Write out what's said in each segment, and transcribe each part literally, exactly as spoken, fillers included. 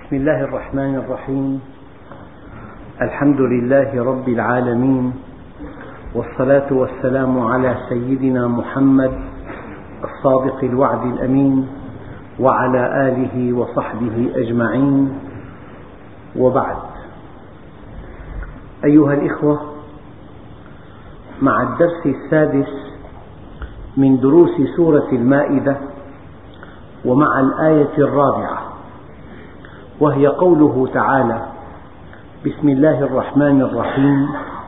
بسم الله الرحمن الرحيم. الحمد لله رب العالمين، والصلاة والسلام على سيدنا محمد الصادق الوعد الأمين، وعلى آله وصحبه أجمعين، وبعد. أيها الإخوة، مع الدرس السادس من دروس سورة المائدة، ومع الآية الرابعة، وهي قوله تعالى: بسم الله الرحمن الرحيم.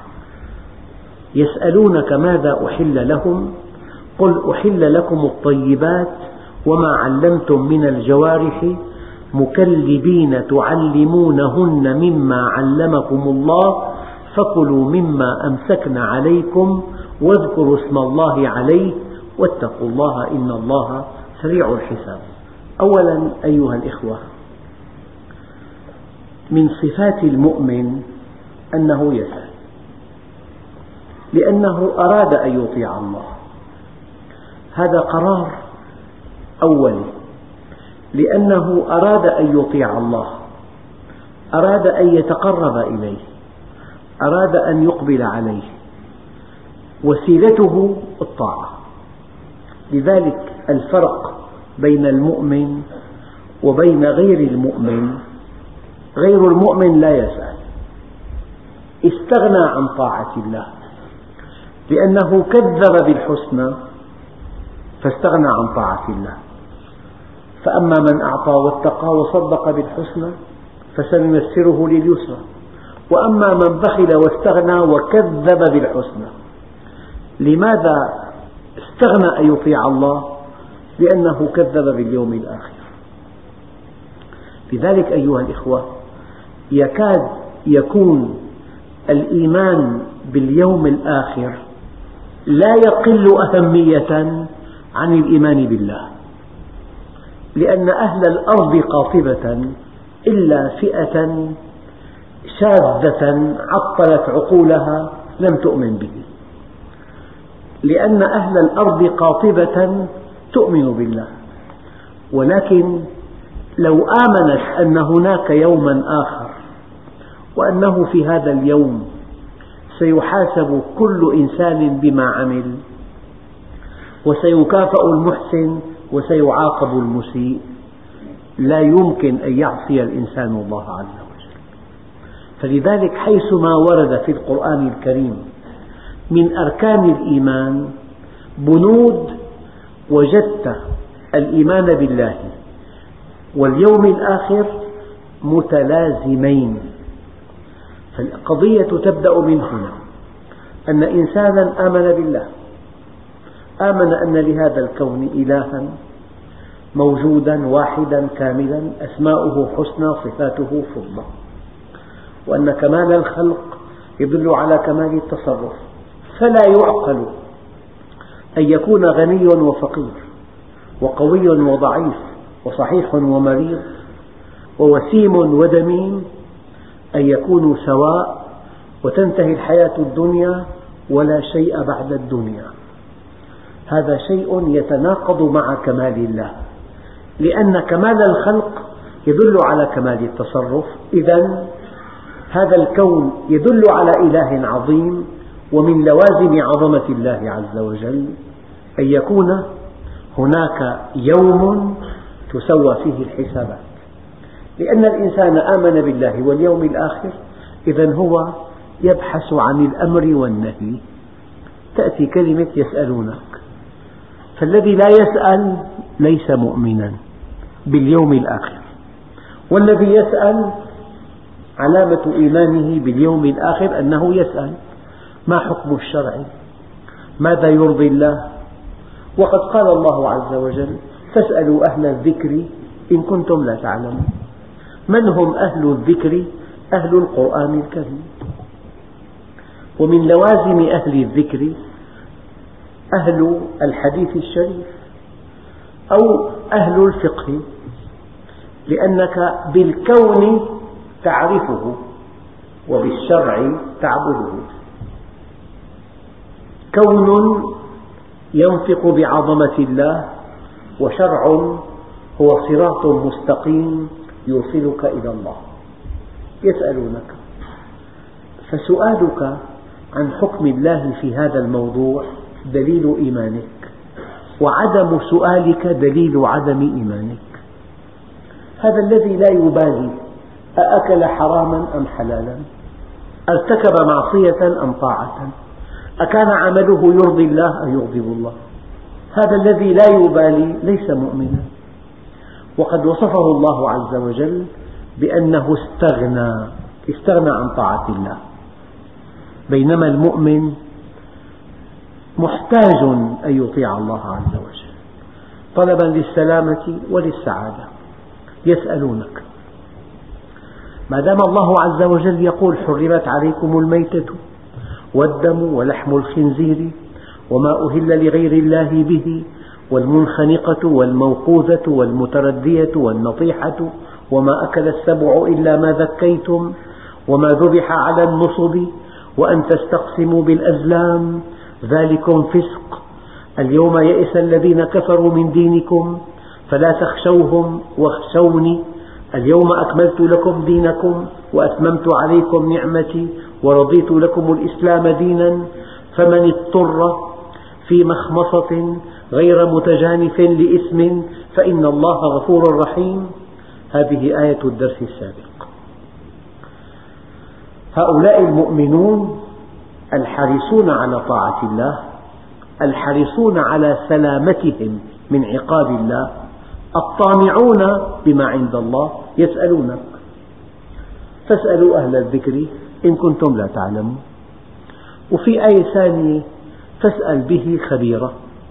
يسألونك ماذا أحل لهم؟ قل أحل لكم الطيبات وما علمتم من الجوارح مكلبين تعلمونهن مما علمكم الله فكلوا مما أمسكن عليكم واذكروا اسم الله عليه واتقوا الله إن الله سريع الحساب. أولا أيها الإخوة، من صفات المؤمن أنه يسأل، لأنه أراد أن يطيع الله. هذا قرار أولي، لأنه أراد أن يطيع الله، أراد أن يتقرب إليه، أراد أن يقبل عليه، وسيلته الطاعة. لذلك الفرق بين المؤمن وبين غير المؤمن: غير المؤمن لا يسأل، استغنى عن طاعة الله لأنه كذب بالحسنى فاستغنى عن طاعة الله. فأما من أعطى واتقى وصدق بالحسنى فسنيسره لليسرى، وأما من بخل واستغنى وكذب بالحسنى. لماذا استغنى أن يطيع الله؟ لأنه كذب باليوم الآخر. لذلك أيها الإخوة، يكاد يكون الإيمان باليوم الآخر لا يقل أهمية عن الإيمان بالله، لأن أهل الأرض قاطبة إلا فئة شاذة عطلت عقولها لم تؤمن به، لأن أهل الأرض قاطبة تؤمن بالله، ولكن لو آمنت أن هناك يوما آخر، وأنه في هذا اليوم سيحاسب كل إنسان بما عمل، وسيكافأ المحسن وسيعاقب المسيء، لا يمكن أن يعصي الإنسان الله عز وجل. فلذلك حيثما ورد في القرآن الكريم من أركان الإيمان بنود، وجدت الإيمان بالله واليوم الآخر متلازمين. فالقضية تبدأ من هنا، أن إنسانا آمن بالله، آمن أن لهذا الكون إلها موجودا واحدا كاملا أسماؤه حسنى صفاته فضة، وأن كمال الخلق يدل على كمال التصرف، فلا يعقل أن يكون غني وفقير، وقوي وضعيف، وصحيح ومريض، ووسيم ودميم أن يكونوا سواء وتنتهي الحياة الدنيا ولا شيء بعد الدنيا. هذا شيء يتناقض مع كمال الله، لأن كمال الخلق يدل على كمال التصرف. إذن هذا الكون يدل على إله عظيم، ومن لوازم عظمة الله عز وجل أن يكون هناك يوم تسوى فيه الحسابات، لأن الإنسان آمن بالله واليوم الآخر، إذن هو يبحث عن الأمر والنهي. تأتي كلمة يسألونك، فالذي لا يسأل ليس مؤمنا باليوم الآخر، والذي يسأل علامة إيمانه باليوم الآخر أنه يسأل ما حكم الشرع، ماذا يرضي الله. وقد قال الله عز وجل: فاسألوا أهل الذكر إن كنتم لا تعلمون. من هم أهل الذكر؟ أهل القرآن الكريم. ومن لوازم أهل الذكر أهل الحديث الشريف أو أهل الفقه، لأنك بالكون تعرفه وبالشرع تعبده. كون ينطق بعظمة الله، وشرع هو صراط مستقيم يوصلك إلى الله. يسألونك، فسؤالك عن حكم الله في هذا الموضوع دليل إيمانك، وعدم سؤالك دليل عدم إيمانك. هذا الذي لا يبالي أأكل حراما أم حلالا، ارتكب معصية أم طاعة، أكان عمله يرضي الله أم يغضب الله، هذا الذي لا يبالي ليس مؤمنا. وقد وصفه الله عز وجل بأنه استغنى استغنى عن طاعة الله، بينما المؤمن محتاج أن يطيع الله عز وجل طلبا للسلامة وللسعادة. يسألونك، ما دام الله عز وجل يقول حرمت عليكم الميتة والدم ولحم الخنزير وما أهل لغير الله به والمنخنقة والموقوذة والمتردية والنطيحة وما أكل السبع إلا ما ذكيتم وما ذبح على النصب وأن تستقسموا بالأزلام ذلكم فسق، اليوم يئس الذين كفروا من دينكم فلا تخشوهم واخشوني اليوم أكملت لكم دينكم وأتممت عليكم نعمتي ورضيت لكم الإسلام دينا، فمن اضطر في مخمصة غير متجانف لإثم فإن الله غفور رحيم. هذه آية الدرس السابق. هؤلاء المؤمنون الحريصون على طاعة الله، الحريصون على سلامتهم من عقاب الله، الطامعون بما عند الله، يسألونك، فاسألوا أهل الذكر إن كنتم لا تعلمون. وفي آية ثانية فاسأل به خبيرا.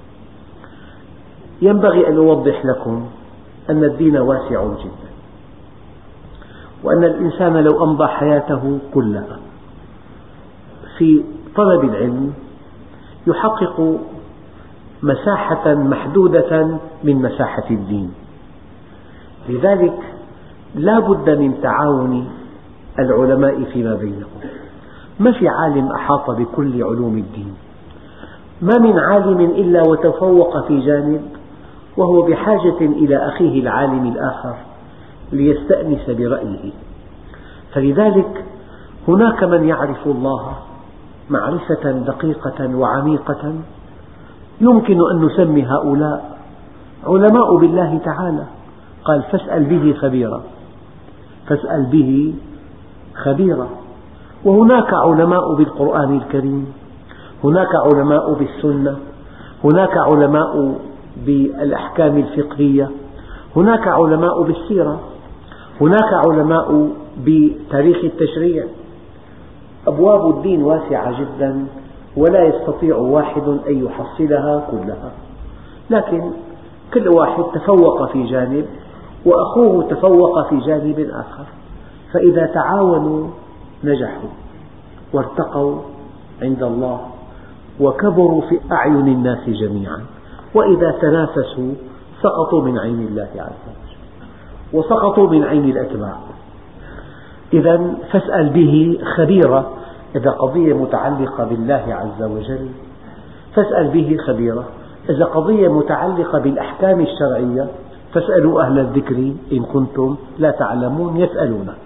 ينبغي أن أوضح لكم أن الدين واسع جدا، وأن الإنسان لو أمضى حياته كلها في طلب العلم يحقق مساحة محدودة من مساحة الدين. لذلك لا بد من تعاون العلماء فيما بينهم. ما في عالم أحاط بكل علوم الدين، ما من عالم إلا وتفوق في جانب وهو بحاجة إلى أخيه العالم الآخر ليستأنس برأيه. فلذلك هناك من يعرف الله معرفة دقيقة وعميقة، يمكن أن نسمي هؤلاء علماء بالله تعالى. قال فاسأل به خبيرا، فاسأل به خبيرا. وهناك علماء بالقرآن الكريم، هناك علماء بالسنة، هناك علماء بالأحكام الفقهية، هناك علماء بالسيرة، هناك علماء بتاريخ التشريع. أبواب الدين واسعة جدا ولا يستطيع واحد أن يحصلها كلها، لكن كل واحد تفوق في جانب وأخوه تفوق في جانب آخر، فإذا تعاونوا نجحوا وارتقوا عند الله وكبروا في أعين الناس جميعا، وإذا تنافسوا سقطوا من عين الله عز وجل وسقطوا من عين الأتباع. إذا فاسأل به خبيرا، إذا قضية متعلقة بالله عز وجل فاسأل به خبيرا، إذا قضية متعلقة بالأحكام الشرعية فاسألوا أهل الذكر إن كنتم لا تعلمون. يسألونك،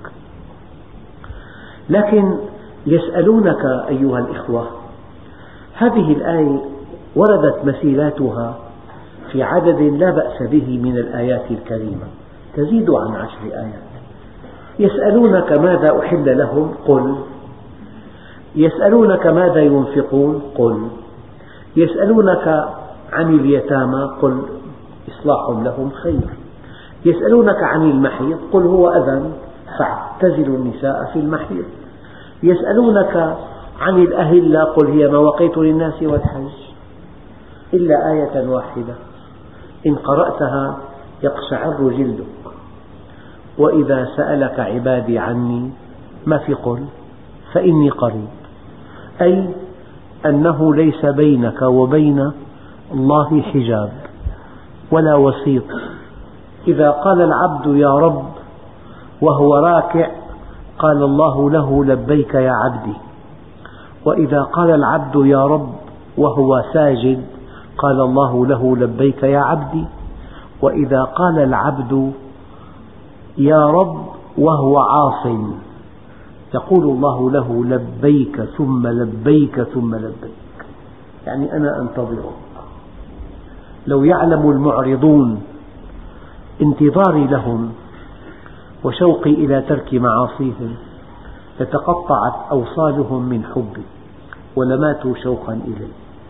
لكن يسألونك أيها الإخوة، هذه الآية وردت مثيلاتها في عدد لا بأس به من الآيات الكريمة، تزيد عن عشر آيات. يسألونك ماذا أحل لهم قل، يسألونك ماذا ينفقون قل، يسألونك عن اليتامى قل إصلاح لهم خير، يسألونك عن المحيض قل هو أذى فاعتزلوا النساء في المحيض، يسألونك عن الأهلة قل هي مواقيت للناس والحج، إلا آية واحدة إن قرأتها يقشعر جلدك، وإذا سألك عبادي عني ما في قل فإني قريب، أي أنه ليس بينك وبين الله حجاب ولا وسيط. إذا قال العبد يا رب وهو راكع قال الله له لبيك يا عبدي، وإذا قال العبد يا رب وهو ساجد قال الله له لبيك يا عبدي، وإذا قال العبد يا رب وهو عاصٍ، يقول الله له لبيك ثم لبيك ثم لبيك، يعني أنا أنتظرك. لو يعلم المعرضون انتظاري لهم وشوقي إلى ترك معاصيهم لتقطعت أوصالهم من حبي ولماتوا شوقا إلي.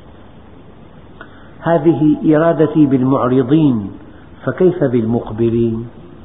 هذه إرادتي بالمعرضين، فكيف بالمقبلين؟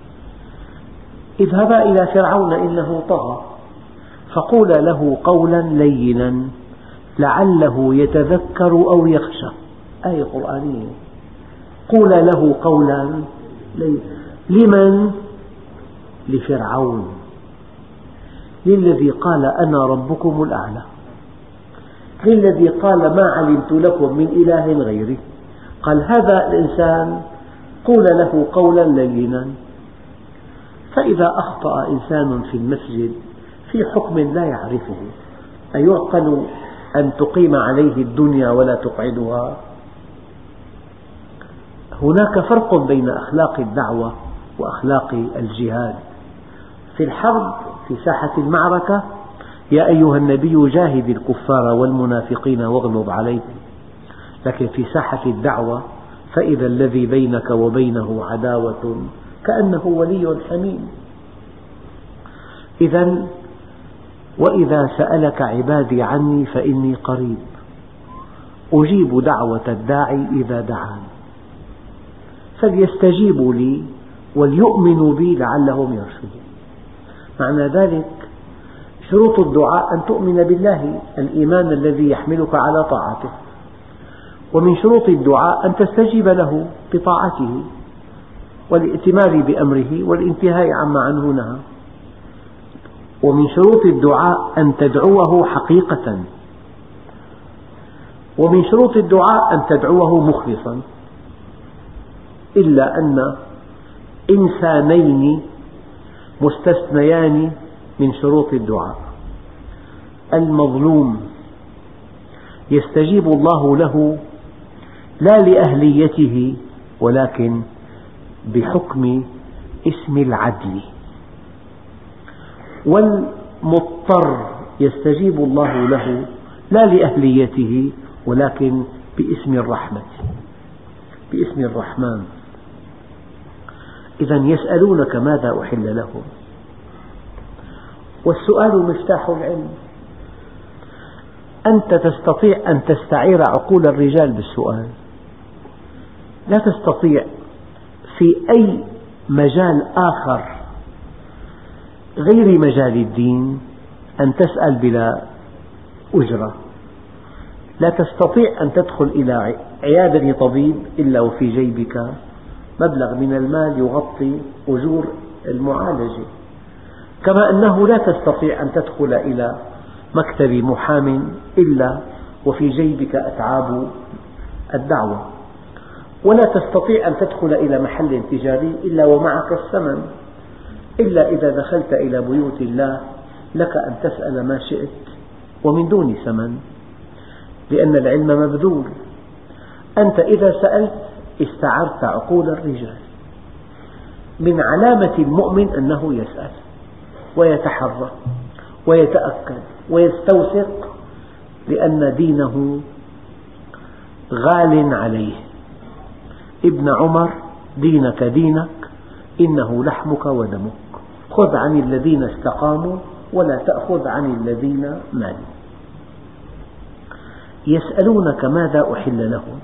اذهبا إلى فرعون إنه طغى فقولا له قولا لينا لعله يتذكر أو يخشى، آية قرآنية. قولا له قولا لينا، لمن؟ لفرعون، للذي قال أنا ربكم الأعلى، للذي قال ما علمت لكم من إله غيري. قال هذا الإنسان قول له قولا لينا. فإذا أخطأ إنسان في المسجد في حكم لا يعرفه أيعقل أن تقيم عليه الدنيا ولا تقعدها؟ هناك فرق بين أخلاق الدعوة وأخلاق الجهاد. في الحرب في ساحة المعركة يا أيها النبي جاهد الكفار والمنافقين واغلظ عليهم، لكن في ساحة الدعوة فإذا الذي بينك وبينه عداوة كأنه ولي حميم. إذا وإذا سألك عبادي عني فإني قريب أجيب دعوة الداعي إذا دعان، فليستجيبوا لي وليؤمنوا بي لعلهم يرشدون. معنى ذلك شروط الدعاء أن تؤمن بالله، الإيمان الذي يحملك على طاعته، ومن شروط الدعاء أن تستجيب له بطاعته والائتمار بأمره والانتهاء عما عنه نهى، ومن شروط الدعاء أن تدعوه حقيقة، ومن شروط الدعاء أن تدعوه مخلصا. إلا أن إنسانين مستثنيان من شروط الدعاء: المظلوم يستجيب الله له لا لأهليته ولكن بحكم اسم العدل، والمضطر يستجيب الله له لا لأهليته ولكن باسم الرحمة، باسم الرحمن. إذا يسألونك ماذا أحل لهم، والسؤال مفتاح العلم. أنت تستطيع أن تستعير عقول الرجال بالسؤال، لا تستطيع في أي مجال آخر غير مجال الدين أن تسأل بلا أجرة. لا تستطيع أن تدخل إلى عيادة طبيب إلا وفي جيبك مبلغ من المال يغطي أجور المعالجة، كما أنه لا تستطيع أن تدخل إلى مكتب محام إلا وفي جيبك أتعاب الدعوة، ولا تستطيع أن تدخل إلى محل تجاري إلا ومعك الثمن، إلا إذا دخلت إلى بيوت الله لك أن تسأل ما شئت ومن دون ثمن، لأن العلم مبذول. أنت إذا سألت استعرت عقول الرجال. من علامة المؤمن أنه يسأل ويتحرى ويتأكد ويستوثق، لأن دينه غال عليه. ابن عمر دينك دينك إنه لحمك ودمك، خذ عن الذين استقاموا ولا تأخذ عن الذين مالوا. يسألونك ماذا أحل لهم.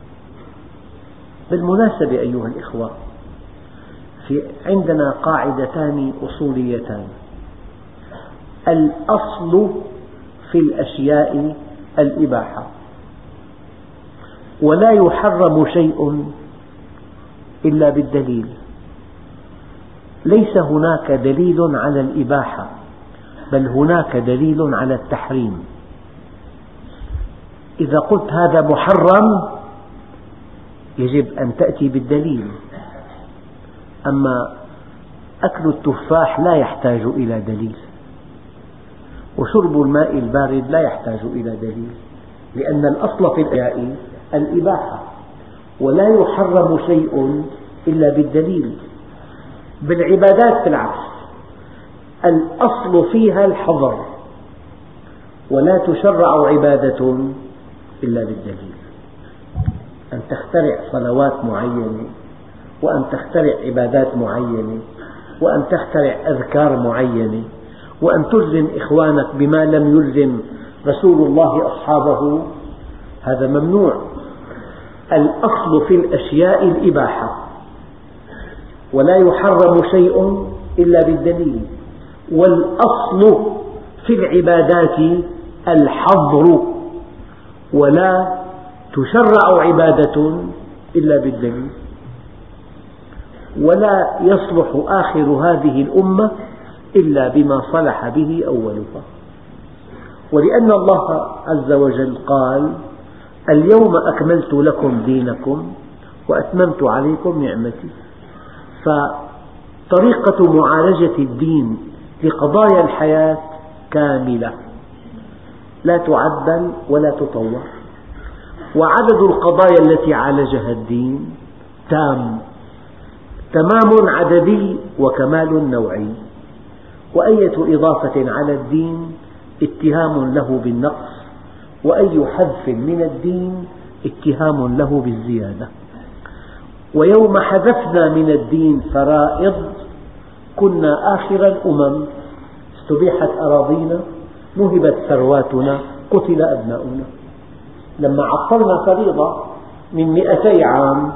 بالمناسبة أيها الإخوة، في عندنا قاعدتان أصوليتان: الأصل في الأشياء الإباحة، ولا يحرم شيء إلا بالدليل. ليس هناك دليل على الإباحة، بل هناك دليل على التحريم. إذا قلت هذا محرم يجب أن تأتي بالدليل. أما أكل التفاح لا يحتاج إلى دليل، وشرب الماء البارد لا يحتاج إلى دليل، لأن الأصل في الأشياء الإباحة، ولا يحرم شيء إلا بالدليل. بالعبادات في العكس، الأصل فيها الحظر، ولا تشرع عبادة إلا بالدليل. أن تخترع صلوات معينة، وأن تخترع عبادات معينة، وأن تخترع أذكار معينة، وأن تلزم إخوانك بما لم يلزم رسول الله أصحابه، هذا ممنوع. الأصل في الأشياء الإباحة، ولا يحرم شيء إلا بالدليل. والأصل في العبادات الحظر، ولا تشرع عبادة إلا بالدليل. ولا يصلح آخر هذه الأمة إلا بما صلح به أولها. ولأن الله عز وجل قال: اليوم أكملت لكم دينكم وأتممت عليكم نعمتي، فطريقة معالجة الدين لقضايا الحياة كاملة لا تعدل ولا تطور، وعدد القضايا التي عالجها الدين تام، تمام عددي وكمال نوعي. وأية إضافة على الدين اتهام له بالنقص، وأي حذف من الدين اتهام له بالزيادة. ويوم حذفنا من الدين فرائض كنا آخر الأمم، استبيحت أراضينا، نهبت ثرواتنا، قتل أبناؤنا. لما عطلنا فريضة من مئتي عام،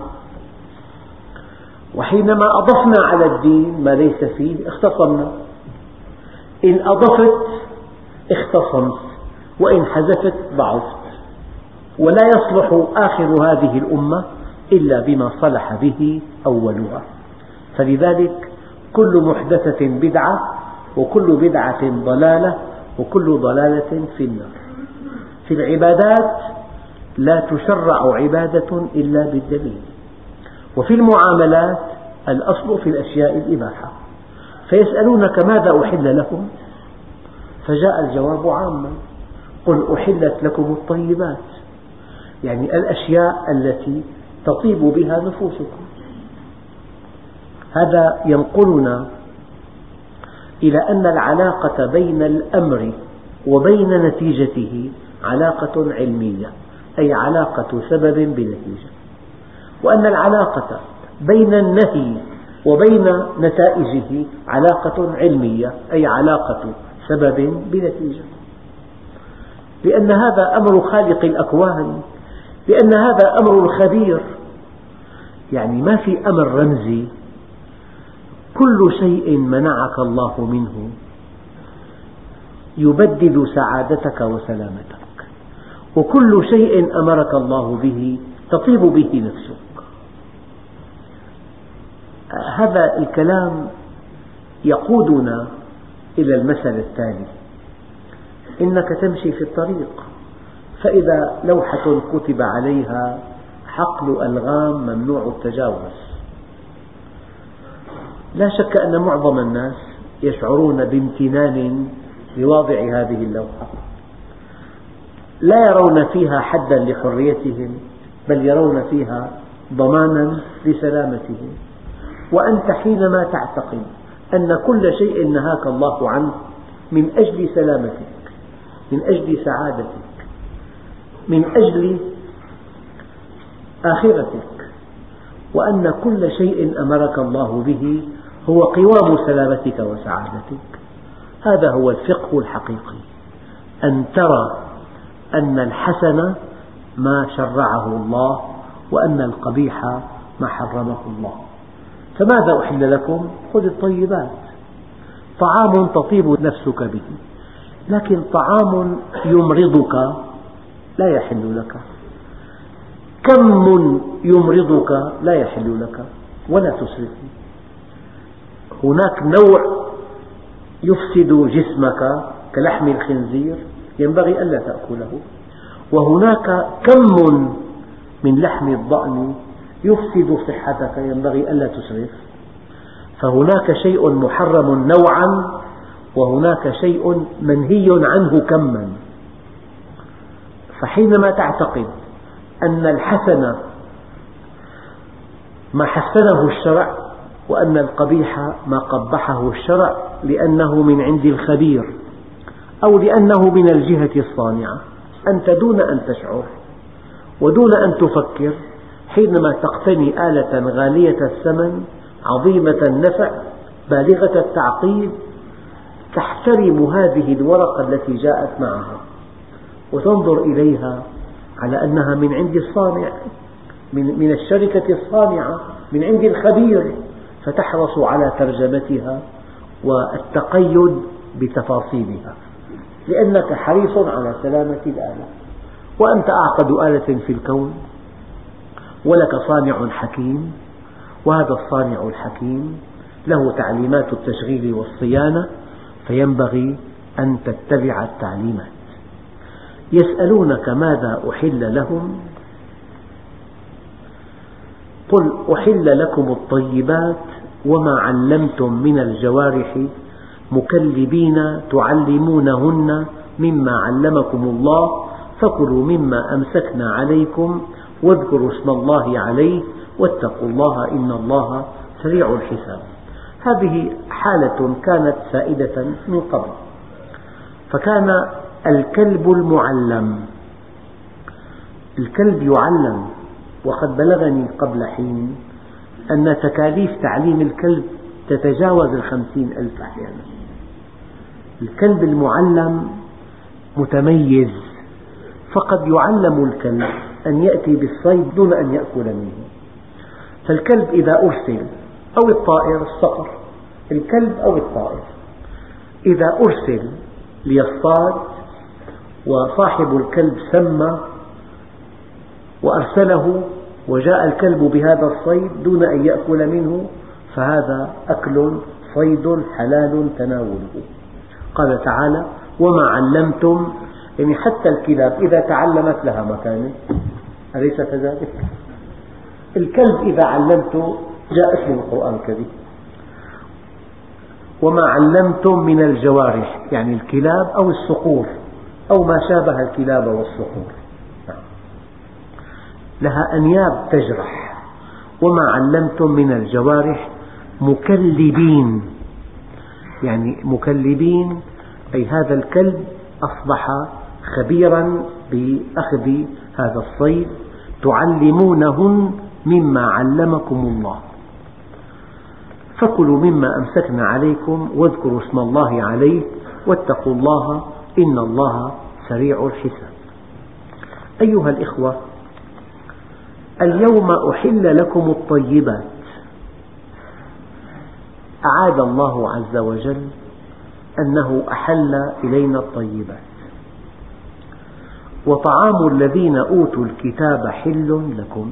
وحينما أضفنا على الدين ما ليس فيه اختصمنا. إن أضفت اختصمت، وإن حذفت ضعفت. ولا يصلح آخر هذه الأمة إلا بما صلح به أولها. فلذلك كل محدثة بدعة، وكل بدعة ضلالة، وكل ضلالة في النار. في العبادات لا تشرع عبادة إلا بالدليل. وفي المعاملات الأصل في الأشياء الإباحة. فيسألونك ماذا أحل لكم؟ فجاء الجواب عاما: قل أحلت لكم الطيبات، يعني الأشياء التي تطيب بها نفوسكم. هذا ينقلنا إلى أن العلاقة بين الأمر وبين نتيجته علاقة علمية، أي علاقة سبب بنتيجة، وأن العلاقة بين النهي وبين نتائجه علاقة علمية، أي علاقة سبب بنتيجة. لأن هذا أمر خالق الأكوان، لأن هذا أمر الخبير. يعني ما في أمر رمزي، كل شيء منعك الله منه يبدد سعادتك وسلامتك، وكل شيء أمرك الله به تطيب به نفسك. هذا الكلام يقودنا إلى المثل التالي: إنك تمشي في الطريق، فإذا لوحة كتب عليها حقل ألغام ممنوع التجاوز. لا شك أن معظم الناس يشعرون بامتنان لواضع هذه اللوحة، لا يرون فيها حدا لحريتهم، بل يرون فيها ضمانا لسلامتهم. وأنت حينما تعتقد أن كل شيء نهاك الله عنه من أجل سلامتك، من أجل سعادتك، من أجل آخرتك، وأن كل شيء أمرك الله به هو قوام سلامتك وسعادتك، هذا هو الفقه الحقيقي. أن ترى أن الحسن ما شرعه الله، وأن القبيح ما حرمه الله. فماذا أحل لكم؟ خذ الطيبات، طعام تطيب نفسك به، لكن طعام يمرضك لا يحل لك، كم يمرضك لا يحل لك، ولا تسرف. هناك نوع يفسد جسمك كلحم الخنزير ينبغي ألا تأكله، وهناك كم من لحم الضأن يفسد صحتك ينبغي ألا تسرف. فهناك شيء محرم نوعا، وهناك شيء منهي عنه كما. فحينما تعتقد أن الحسن ما حسنه الشرع وأن القبيح ما قبحه الشرع لأنه من عند الخبير أو لأنه من الجهة الصانعة. أنت دون أن تشعر ودون أن تفكر حينما تقتني آلة غالية الثمن عظيمة النفع بالغة التعقيد تحترم هذه الورقة التي جاءت معها وتنظر إليها على أنها من عند الصانع، من الشركة الصانعة، من عند الخبير، فتحرص على ترجمتها والتقيد بتفاصيلها لأنك حريص على سلامة الآلة. وأنت أعقد آلة في الكون ولك صانع حكيم، وهذا الصانع الحكيم له تعليمات التشغيل والصيانة، فينبغي أن تتبع التعليمات. يسألونك ماذا أحل لهم قل أحل لكم الطيبات وما علمتم من الجوارح مكلبين تعلمونهن مما علمكم الله فكلوا مما أمسكنا عليكم واذكروا اسم الله عليه واتقوا الله إن الله سريع الحساب. هذه حالة كانت سائدة من قبل، فكان الكلب المعلم، الكلب يعلم. وقد بلغني قبل حين أن تكاليف تعليم الكلب تتجاوز الخمسين ألف أحيانا. الكلب المعلم متميز، فقد يعلم الكلب أن يأتي بالصيد دون أن يأكل منه. فالكلب إذا أرسل أو الطائر الصقر، الكلب أو الطائر إذا أرسل ليصطاد وصاحب الكلب سمى وأرسله وجاء الكلب بهذا الصيد دون أن يأكل منه فهذا أكل صيد حلال تناوله. قال تعالى وما علمتم، يعني حتى الكلاب إذا تعلمت لها مكانة، أليس كذلك؟ الكلب إذا علمته جاء اسم القرآن الكريم. وما علمتم من الجوارح يعني الكلاب أو الصقور أو ما شابه الكلاب والصقور، لها أنياب تجرح. وما علمتم من الجوارح مكلبين، يعني مكلبين أي هذا الكلب أصبح خبيرا بأخذ هذا الصيد، تعلمونهن مما علمكم الله فكلوا مما أمسكنا عليكم واذكروا اسم الله عليه واتقوا الله إن الله سريع الحساب. أيها الإخوة، اليوم أحل لكم الطيبات. أعاد الله عز وجل أنه أحل إلينا الطيبات. وطعام الذين أوتوا الكتاب حل لكم،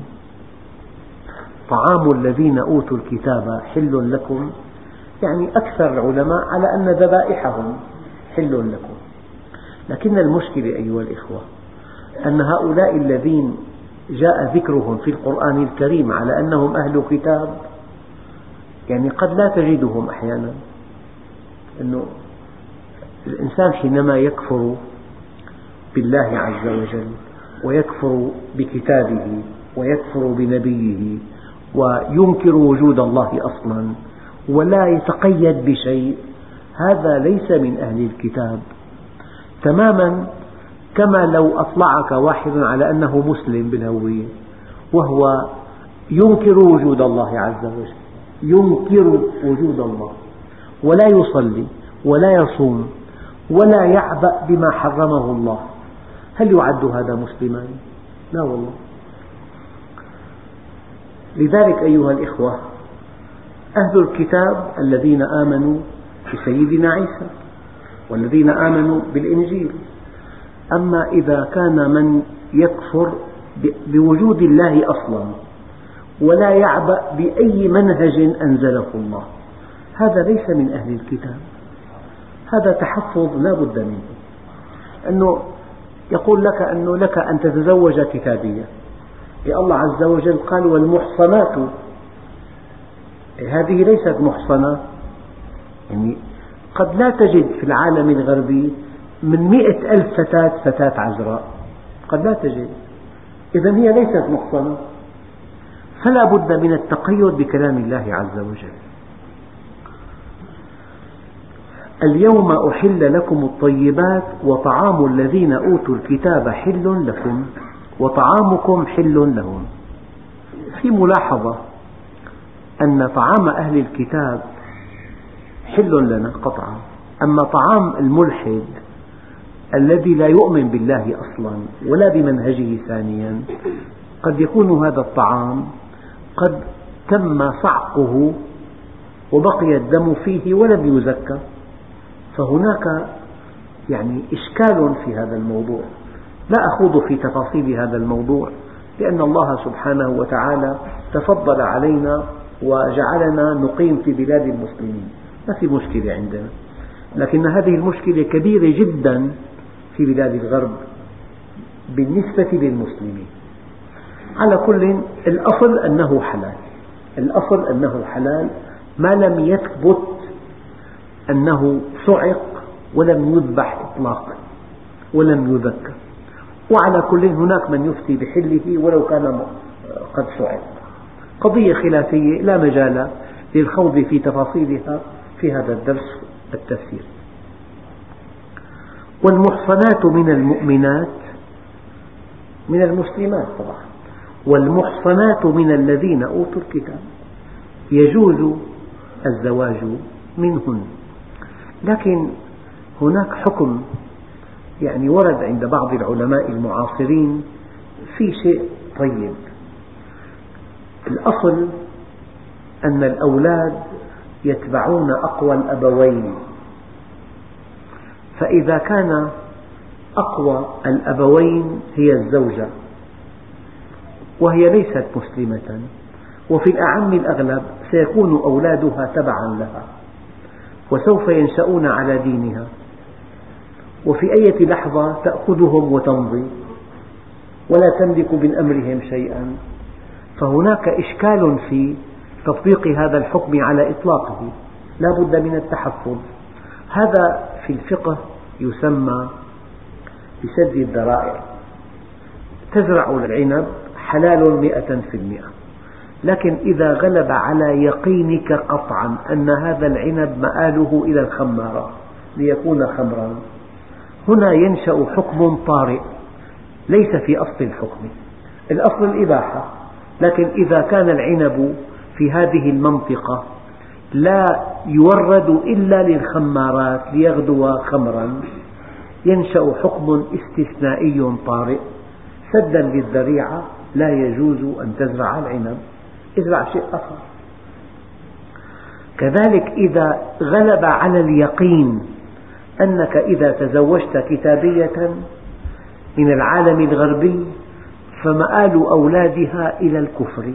طعام الذين أوتوا الكتاب حل لكم، يعني أكثر العلماء على أن ذبائحهم حل لكم. لكن المشكلة أيها الإخوة أن هؤلاء الذين جاء ذكرهم في القرآن الكريم على أنهم أهل كتاب، يعني قد لا تجدهم أحيانا. أنه الإنسان حينما يكفر بالله عز وجل ويكفر بكتابه ويكفر بنبيه وينكر وجود الله أصلا ولا يتقيد بشيء، هذا ليس من أهل الكتاب تماما. كما لو أطلعك واحد على أنه مسلم بالهوية وهو ينكر وجود الله عز وجل، ينكر وجود الله ولا يصلي ولا يصوم ولا يعبأ بما حرمه الله، هل يعد هذا مسلما؟ لا والله. لذلك أيها الإخوة، أهل الكتاب الذين آمنوا بسيدنا عيسى والذين آمنوا بالإنجيل. أما إذا كان من يكفر بوجود الله أصلا ولا يعبأ بأي منهج أنزله الله، هذا ليس من أهل الكتاب. هذا تحفظ لا بد منه. أنه يقول لك أنه لك أن تتزوج كتابيا، الله عز وجل قال والمحصنات، هذه ليست محصنة. يعني قد لا تجد في العالم الغربي من مئة ألف فتاة فتاة عذراء، قد لا تجد، إذن هي ليست محصنة. فلا بد من التقيد بكلام الله عز وجل. اليوم أحل لكم الطيبات وطعام الذين أوتوا الكتاب حل لكم وطعامكم حل لهم. في ملاحظة أن طعام أهل الكتاب حل لنا قطعا، أما طعام الملحد الذي لا يؤمن بالله أصلا ولا بمنهجه ثانيا قد يكون هذا الطعام قد تم صعقه وبقي الدم فيه ولم يزكى، فهناك يعني إشكال في هذا الموضوع. لا أخوض في تفاصيل هذا الموضوع لأن الله سبحانه وتعالى تفضل علينا وجعلنا نقيم في بلاد المسلمين، ما في مشكلة عندنا، لكن هذه المشكلة كبيرة جدا في بلاد الغرب بالنسبة للمسلمين. على كل، الأصل أنه حلال، الأصل أنه حلال ما لم يثبت أنه صعق ولم يذبح إطلاقا ولم يذكى، وعلى كل هناك من يفتي بحله ولو كان قد صعق. قضية خلافية لا مجال للخوض في تفاصيلها في هذا الدرس التفسير. والمحصنات من المؤمنات من المسلمات طبعا، والمحصنات من الذين أوتوا الكتاب يجوز الزواج منهن، لكن هناك حكم يعني ورد عند بعض العلماء المعاصرين في شيء طيب. الأصل أن الأولاد يتبعون أقوى الأبوين، فإذا كان أقوى الأبوين هي الزوجة وهي ليست مسلمة وفي الأعم الأغلب سيكون أولادها تبعا لها وسوف ينشأون على دينها، وفي أي لحظة تأخذهم وتمضي ولا تملك من أمرهم شيئا، فهناك إشكال في تطبيق هذا الحكم على إطلاقه، لا بد من التحفظ. هذا في الفقه يسمى بسد الذرائع. تزرع العنب حلال مئة في المئة، لكن إذا غلب على يقينك قطعا أن هذا العنب مآله إلى الخمارة ليكون خمرا، هنا ينشأ حكم طارئ ليس في أصل الحكم، الأصل الإباحة، لكن إذا كان العنب في هذه المنطقة لا يورد إلا للخمارات ليغدو خمرا، ينشأ حكم استثنائي طارئ سدا للذريعة، لا يجوز أن تزرع العنب، ازرع شيء آخر. كذلك إذا غلب على اليقين أنك إذا تزوجت كتابية من العالم الغربي فمآل أولادها إلى الكفر،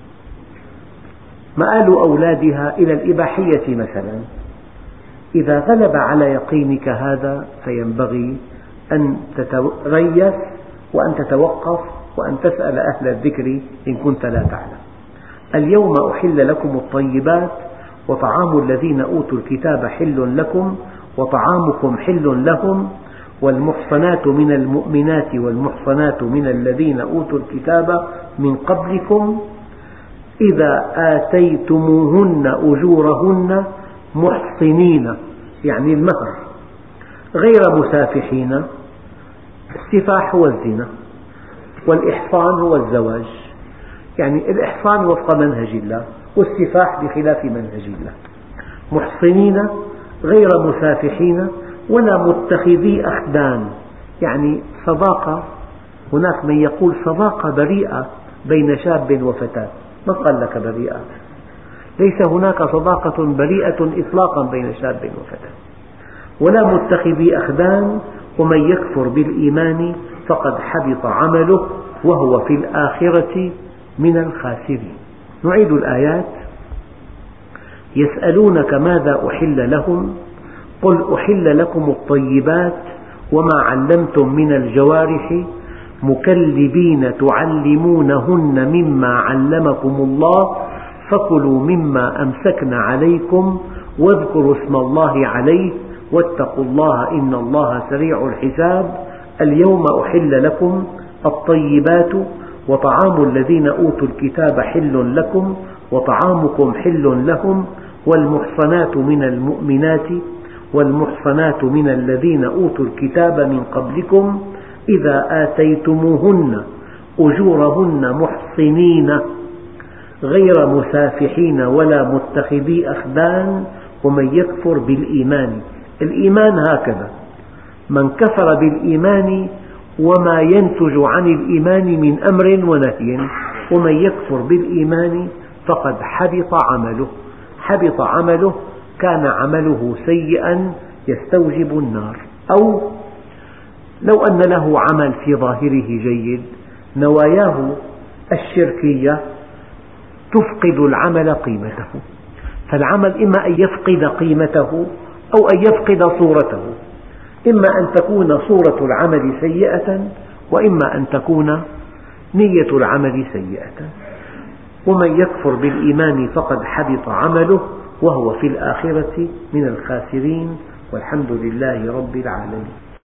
مآل أولادها إلى الإباحية مثلا، إذا غلب على يقينك هذا فينبغي أن تتريث وأن تتوقف وأن تسأل أهل الذكر إن كنت لا تعلم. اليوم أحل لكم الطيبات وطعام الذين أوتوا الكتاب حل لكم وطعامكم حل لهم والمحصنات من المؤمنات والمحصنات من الذين أوتوا الكتاب من قبلكم إذا آتيتموهن أجورهن محصنين، يعني المهر، غير مسافحين. السفاح هو الزنا والإحصان هو الزواج، يعني الإحصان وفق منهج الله والسفاح بخلاف منهج الله. محصنين غير مسافحين ولا متخذي أخدان، يعني صداقة، هناك من يقول صداقة بريئة بين شاب وفتاة، من قال لك بريئة؟ ليس هناك صداقة بريئة إطلاقا بين شاب وفتاة. ولا متخذي أخدان ومن يكفر بالإيمان فقد حبط عمله وهو في الآخرة من الخاسرين. نعيد الآيات. يسألونك ماذا أحل لهم قل أحل لكم الطيبات وما علمتم من الجوارح مكلبين تعلمونهن مما علمكم الله فكلوا مما أمسكن عليكم واذكروا اسم الله عليه واتقوا الله إن الله سريع الحساب. اليوم أحل لكم الطيبات وطعام الذين أوتوا الكتاب حل لكم وطعامكم حل لهم والمحصنات من المؤمنات والمحصنات من الذين أوتوا الكتاب من قبلكم إذا آتيتموهن أجورهن محصنين غير مسافحين ولا متخذي أخدان ومن يكفر بالإيمان. الإيمان هكذا: من كفر بالإيمان وما ينتج عن الإيمان من أمر ونهي، ومن يكفر بالإيمان فقد حبط عمله. حبط عمله، كان عمله سيئا يستوجب النار. أو لو أن له عمل في ظاهره جيد، نواياه الشركية تفقد العمل قيمته، فالعمل إما أن يفقد قيمته أو أن يفقد صورته، إما أن تكون صورة العمل سيئة وإما أن تكون نية العمل سيئة. ومن يكفر بالإيمان فقد حبط عمله وهو في الآخرة من الخاسرين، والحمد لله رب العالمين.